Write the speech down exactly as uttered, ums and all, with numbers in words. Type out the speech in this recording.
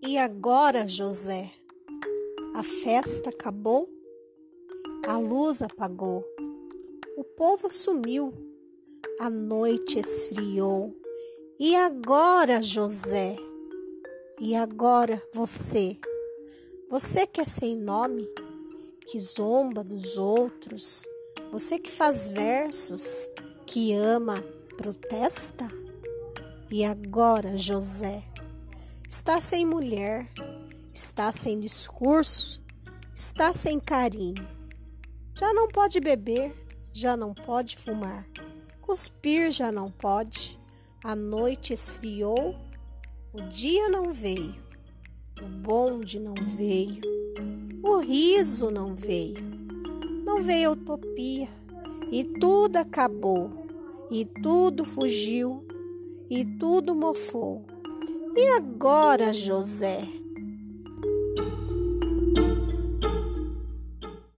E agora, José? A festa acabou? A luz apagou. O povo sumiu. A noite esfriou. E agora, José? E agora você? Você que é sem nome, que zomba dos outros, você que faz versos, que ama, protesta? E agora, José? Está sem mulher, está sem discurso, está sem carinho. Já não pode beber, já não pode fumar, cuspir já não pode. A noite esfriou, o dia não veio, o bonde não veio, o riso não veio, não veio a utopia, e tudo acabou, e tudo fugiu, e tudo mofou. E agora, José?